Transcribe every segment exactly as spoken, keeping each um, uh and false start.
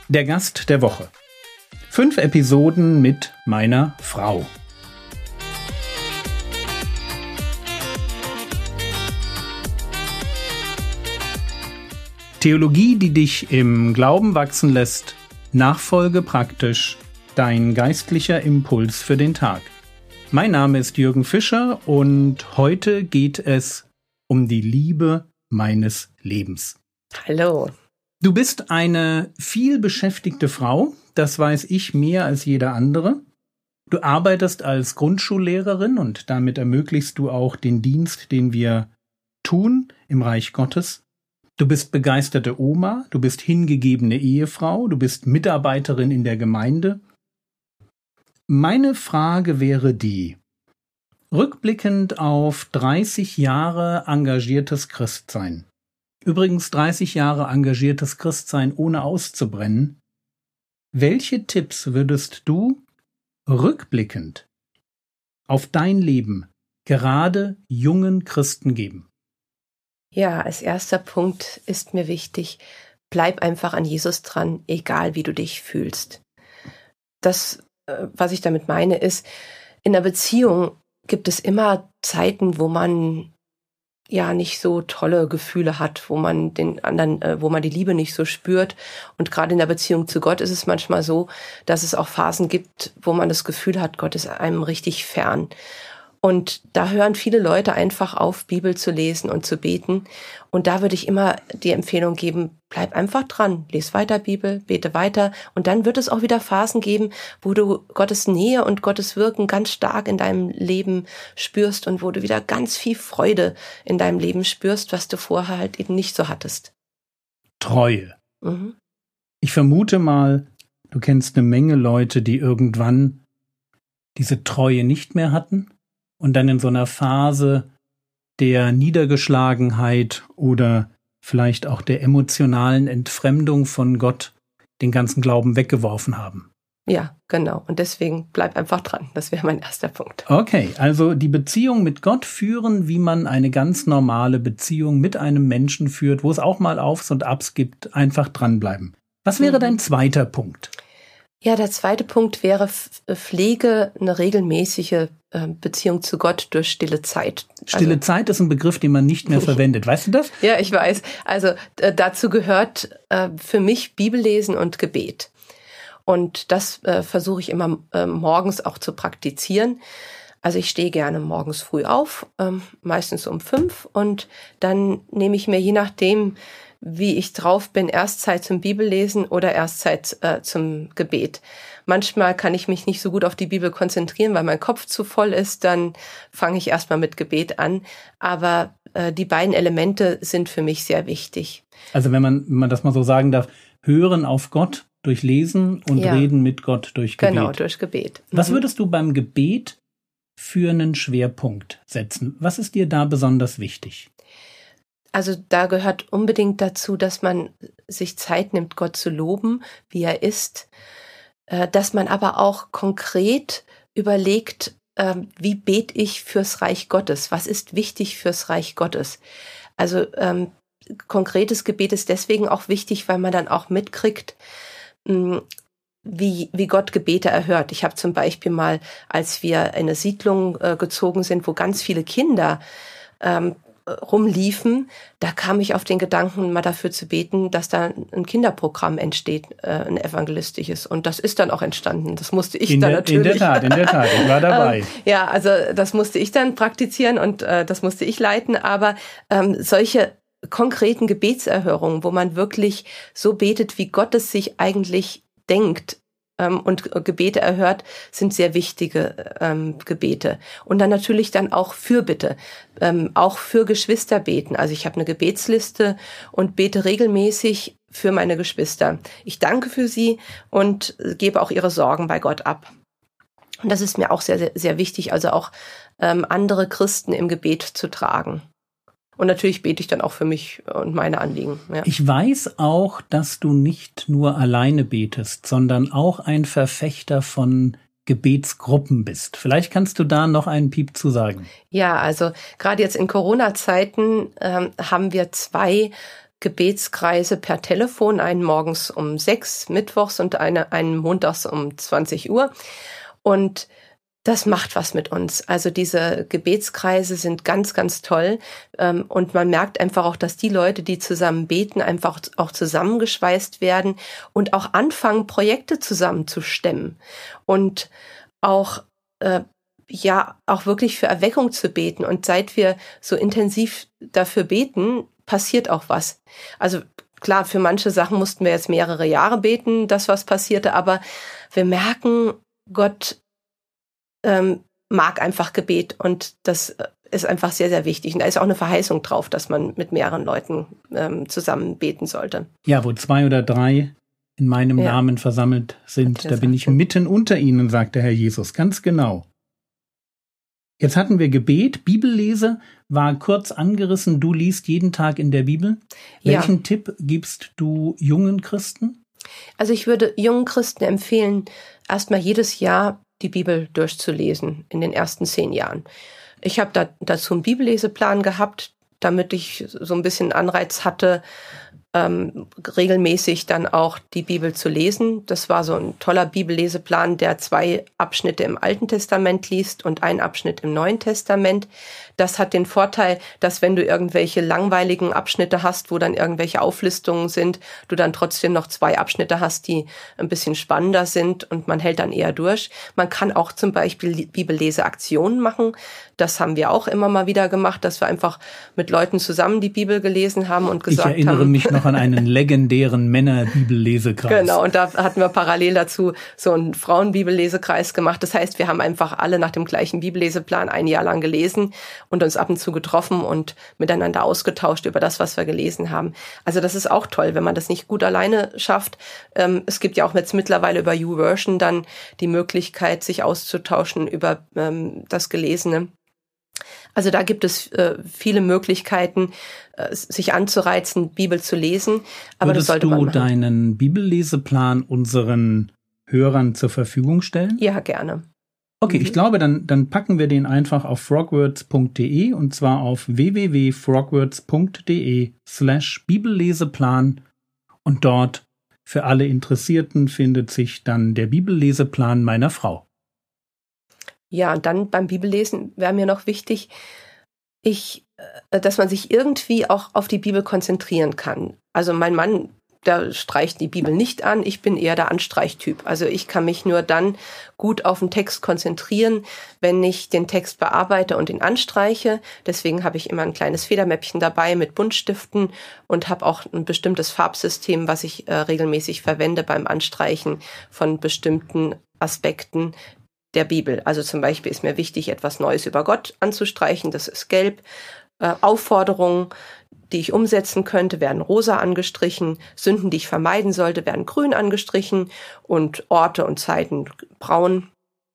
Der Gast der Woche. Fünf Episoden mit meiner Frau. Theologie, die dich im Glauben wachsen lässt. Nachfolge praktisch. Dein geistlicher Impuls für den Tag. Mein Name ist Jürgen Fischer und heute geht es um die Liebe meines Lebens. Hallo. Du bist eine viel beschäftigte Frau, das weiß ich mehr als jeder andere. Du arbeitest als Grundschullehrerin und damit ermöglichst du auch den Dienst, den wir tun im Reich Gottes. Du bist begeisterte Oma, du bist hingegebene Ehefrau, du bist Mitarbeiterin in der Gemeinde. Meine Frage wäre die: Rückblickend auf dreißig Jahre engagiertes Christsein, übrigens dreißig Jahre engagiertes Christsein ohne auszubrennen, welche Tipps würdest du rückblickend auf dein Leben gerade jungen Christen geben? Ja, als erster Punkt ist mir wichtig, bleib einfach an Jesus dran, egal wie du dich fühlst. Das, was ich damit meine, ist, in einer Beziehung gibt es immer Zeiten, wo man ja nicht so tolle Gefühle hat, wo man den anderen, äh, wo man die Liebe nicht so spürt. Und gerade in der Beziehung zu Gott ist es manchmal so, dass es auch Phasen gibt, wo man das Gefühl hat, Gott ist einem richtig fern. Und da hören viele Leute einfach auf, Bibel zu lesen und zu beten. Und da würde ich immer die Empfehlung geben, bleib einfach dran, lies weiter Bibel, bete weiter. Und dann wird es auch wieder Phasen geben, wo du Gottes Nähe und Gottes Wirken ganz stark in deinem Leben spürst und wo du wieder ganz viel Freude in deinem Leben spürst, was du vorher halt eben nicht so hattest. Treue. Mhm. Ich vermute mal, du kennst eine Menge Leute, die irgendwann diese Treue nicht mehr hatten und dann in so einer Phase der Niedergeschlagenheit oder vielleicht auch der emotionalen Entfremdung von Gott den ganzen Glauben weggeworfen haben. Ja, genau. Und deswegen bleib einfach dran. Das wäre mein erster Punkt. Okay, also die Beziehung mit Gott führen, wie man eine ganz normale Beziehung mit einem Menschen führt, wo es auch mal Aufs und Abs gibt, einfach dranbleiben. Was wäre mhm. dein zweiter Punkt? Ja, der zweite Punkt wäre, pflege eine regelmäßige Beziehung zu Gott durch stille Zeit. Stille also, Zeit ist ein Begriff, den man nicht mehr verwendet. Weißt du das? Ja, ich weiß. Also äh, dazu gehört äh, für mich Bibellesen und Gebet. Und das äh, versuche ich immer äh, morgens auch zu praktizieren. Also ich stehe gerne morgens früh auf, ähm, meistens um fünf. Und dann nehme ich mir je nachdem, wie ich drauf bin, erst Zeit zum Bibellesen oder erst Zeit äh, zum Gebet. Manchmal kann ich mich nicht so gut auf die Bibel konzentrieren, weil mein Kopf zu voll ist, dann fange ich erstmal mit Gebet an. Aber äh, die beiden Elemente sind für mich sehr wichtig. Also wenn man, wenn man das mal so sagen darf, hören auf Gott durch Lesen und ja. reden mit Gott durch Gebet. Genau, durch Gebet. Mhm. Was würdest du beim Gebet für einen Schwerpunkt setzen? Was ist dir da besonders wichtig? Also da gehört unbedingt dazu, dass man sich Zeit nimmt, Gott zu loben, wie er ist, äh, dass man aber auch konkret überlegt, äh, wie bete ich fürs Reich Gottes? Was ist wichtig fürs Reich Gottes? Also ähm, konkretes Gebet ist deswegen auch wichtig, weil man dann auch mitkriegt, mh, wie, wie Gott Gebete erhört. Ich habe zum Beispiel mal, als wir in eine Siedlung äh, gezogen sind, wo ganz viele Kinder ähm, rumliefen, da kam ich auf den Gedanken, mal dafür zu beten, dass da ein Kinderprogramm entsteht, äh, ein evangelistisches. Und das ist dann auch entstanden. Das musste ich in dann der, natürlich. In der Tat, in der Tat, ich war dabei. ähm, ja, also das musste ich dann praktizieren und äh, das musste ich leiten. Aber ähm, solche konkreten Gebetserhörungen, wo man wirklich so betet, wie Gott es sich eigentlich denkt, Ähm, und Gebete erhört, sind sehr wichtige ähm, Gebete. Und dann natürlich dann auch Fürbitte, ähm, auch für Geschwister beten. Also ich habe eine Gebetsliste und bete regelmäßig für meine Geschwister. Ich danke für sie und gebe auch ihre Sorgen bei Gott ab. Und das ist mir auch sehr, sehr, sehr wichtig, also auch ähm, andere Christen im Gebet zu tragen. Und natürlich bete ich dann auch für mich und meine Anliegen. Ja. Ich weiß auch, dass du nicht nur alleine betest, sondern auch ein Verfechter von Gebetsgruppen bist. Vielleicht kannst du da noch einen Piep zu sagen. Ja, also gerade jetzt in Corona-Zeiten ähm, haben wir zwei Gebetskreise per Telefon, einen morgens um sechs, mittwochs und eine, einen montags um zwanzig Uhr. Und das macht was mit uns. Also diese Gebetskreise sind ganz, ganz toll. Und man merkt einfach auch, dass die Leute, die zusammen beten, einfach auch zusammengeschweißt werden und auch anfangen, Projekte zusammen zu stemmen. Und auch, äh, ja, auch wirklich für Erweckung zu beten. Und seit wir so intensiv dafür beten, passiert auch was. Also klar, für manche Sachen mussten wir jetzt mehrere Jahre beten, dass was passierte. Aber wir merken, Gott Ähm, mag einfach Gebet und das ist einfach sehr, sehr wichtig. Und da ist auch eine Verheißung drauf, dass man mit mehreren Leuten ähm, zusammen beten sollte. Ja, wo zwei oder drei in meinem ja. Namen versammelt sind, da bin ich mitten unter ihnen, sagt der Herr Jesus, ganz genau. Jetzt hatten wir Gebet, Bibellese war kurz angerissen, du liest jeden Tag in der Bibel. Welchen ja. Tipp gibst du jungen Christen? Also ich würde jungen Christen empfehlen, erstmal jedes Jahr die Bibel durchzulesen in den ersten zehn Jahren. Ich habe da, dazu einen Bibelleseplan gehabt, damit ich so ein bisschen Anreiz hatte, ähm, regelmäßig dann auch die Bibel zu lesen. Das war so ein toller Bibelleseplan, der zwei Abschnitte im Alten Testament liest und einen Abschnitt im Neuen Testament. Das hat den Vorteil, dass wenn du irgendwelche langweiligen Abschnitte hast, wo dann irgendwelche Auflistungen sind, du dann trotzdem noch zwei Abschnitte hast, die ein bisschen spannender sind und man hält dann eher durch. Man kann auch zum Beispiel Bibelleseaktionen machen. Das haben wir auch immer mal wieder gemacht, dass wir einfach mit Leuten zusammen die Bibel gelesen haben und gesagt haben. Ich erinnere haben, mich noch an einen legendären Männer-Bibellesekreis. Genau, und da hatten wir parallel dazu so einen Frauen-Bibellesekreis gemacht. Das heißt, wir haben einfach alle nach dem gleichen Bibelleseplan ein Jahr lang gelesen und uns ab und zu getroffen und miteinander ausgetauscht über das, was wir gelesen haben. Also das ist auch toll, wenn man das nicht gut alleine schafft. Ähm, es gibt ja auch jetzt mittlerweile über YouVersion dann die Möglichkeit, sich auszutauschen über ähm, das Gelesene. Also da gibt es äh, viele Möglichkeiten, äh, sich anzureizen, Bibel zu lesen. Aber Würdest das sollte man du machen. Deinen Bibelleseplan unseren Hörern zur Verfügung stellen? Ja, gerne. Okay, mhm. ich glaube, dann, dann packen wir den einfach auf frogwords punkt de und zwar auf w w w punkt frogwords punkt de slash Bibelleseplan und dort für alle Interessierten findet sich dann der Bibelleseplan meiner Frau. Ja, und dann beim Bibellesen wäre mir noch wichtig, ich, dass man sich irgendwie auch auf die Bibel konzentrieren kann. Also mein Mann, der streicht die Bibel nicht an, ich bin eher der Anstreichtyp. Also ich kann mich nur dann gut auf den Text konzentrieren, wenn ich den Text bearbeite und ihn anstreiche. Deswegen habe ich immer ein kleines Federmäppchen dabei mit Buntstiften und habe auch ein bestimmtes Farbsystem, was ich äh, regelmäßig verwende beim Anstreichen von bestimmten Aspekten der Bibel. Also zum Beispiel ist mir wichtig, etwas Neues über Gott anzustreichen. Das ist gelb. Äh, Aufforderungen, die ich umsetzen könnte, werden rosa angestrichen. Sünden, die ich vermeiden sollte, werden grün angestrichen. Und Orte und Zeiten braun.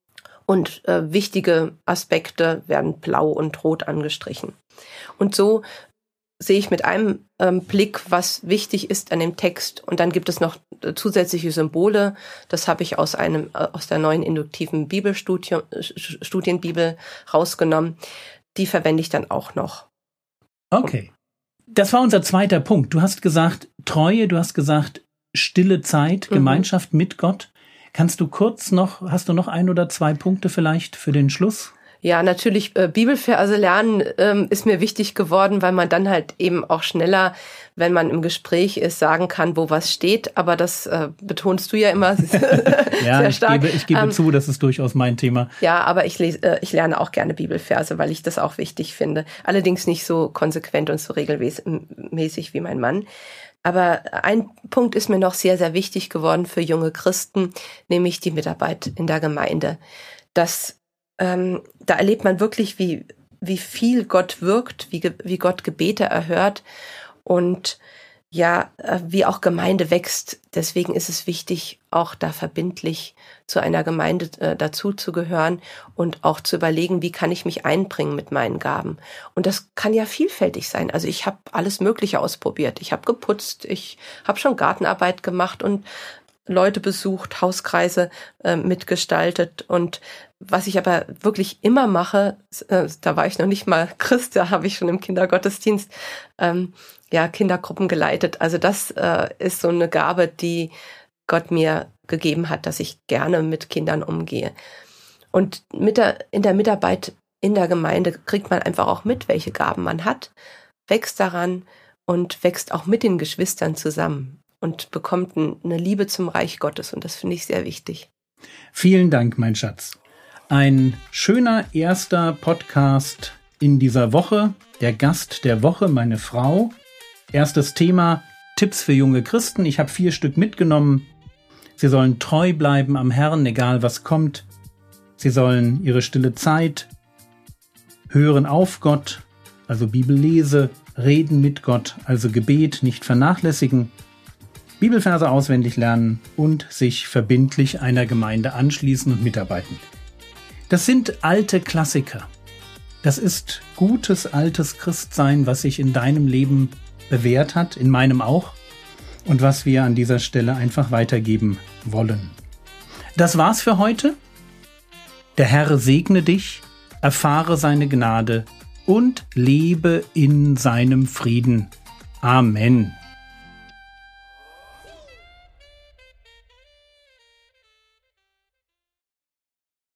Und äh, wichtige Aspekte werden blau und rot angestrichen. Und so sehe ich mit einem ähm, Blick, was wichtig ist an dem Text. Und dann gibt es noch äh, zusätzliche Symbole. Das habe ich aus einem äh, aus der neuen induktiven Bibelstudie, Studienbibel rausgenommen. Die verwende ich dann auch noch. Okay. Das war unser zweiter Punkt. Du hast gesagt Treue, du hast gesagt stille Zeit, Gemeinschaft mhm. mit Gott. Kannst du kurz noch, hast du noch ein oder zwei Punkte vielleicht für den Schluss? Ja, natürlich, äh, Bibelverse lernen ähm, ist mir wichtig geworden, weil man dann halt eben auch schneller, wenn man im Gespräch ist, sagen kann, wo was steht. Aber das äh, betonst du ja immer ja, sehr ich stark. Gebe, ich gebe ähm, zu, das ist durchaus mein Thema. Ja, aber ich, lese, äh, ich lerne auch gerne Bibelverse, weil ich das auch wichtig finde. Allerdings nicht so konsequent und so regelmäßig wie mein Mann. Aber ein Punkt ist mir noch sehr, sehr wichtig geworden für junge Christen, nämlich die Mitarbeit in der Gemeinde. Das Ähm, da erlebt man wirklich, wie, wie viel Gott wirkt, wie, wie Gott Gebete erhört und ja, wie auch Gemeinde wächst. Deswegen ist es wichtig, auch da verbindlich zu einer Gemeinde äh, dazu zu gehören und auch zu überlegen, wie kann ich mich einbringen mit meinen Gaben. Und das kann ja vielfältig sein. Also ich habe alles Mögliche ausprobiert. Ich habe geputzt, ich habe schon Gartenarbeit gemacht und Leute besucht, Hauskreise äh, mitgestaltet. Und was ich aber wirklich immer mache, äh, da war ich noch nicht mal Christ, da habe ich schon im Kindergottesdienst ähm, ja Kindergruppen geleitet. Also das äh, ist so eine Gabe, die Gott mir gegeben hat, dass ich gerne mit Kindern umgehe. Und mit der, in der Mitarbeit in der Gemeinde kriegt man einfach auch mit, welche Gaben man hat, wächst daran und wächst auch mit den Geschwistern zusammen und bekommt eine Liebe zum Reich Gottes. Und das finde ich sehr wichtig. Vielen Dank, mein Schatz. Ein schöner erster Podcast in dieser Woche. Der Gast der Woche, meine Frau. Erstes Thema, Tipps für junge Christen. Ich habe vier Stück mitgenommen. Sie sollen treu bleiben am Herrn, egal was kommt. Sie sollen ihre stille Zeit hören auf Gott, also Bibellese, reden mit Gott, also Gebet nicht vernachlässigen, Bibelverse auswendig lernen und sich verbindlich einer Gemeinde anschließen und mitarbeiten. Das sind alte Klassiker. Das ist gutes, altes Christsein, was sich in deinem Leben bewährt hat, in meinem auch, und was wir an dieser Stelle einfach weitergeben wollen. Das war's für heute. Der Herr segne dich, erfahre seine Gnade und lebe in seinem Frieden. Amen.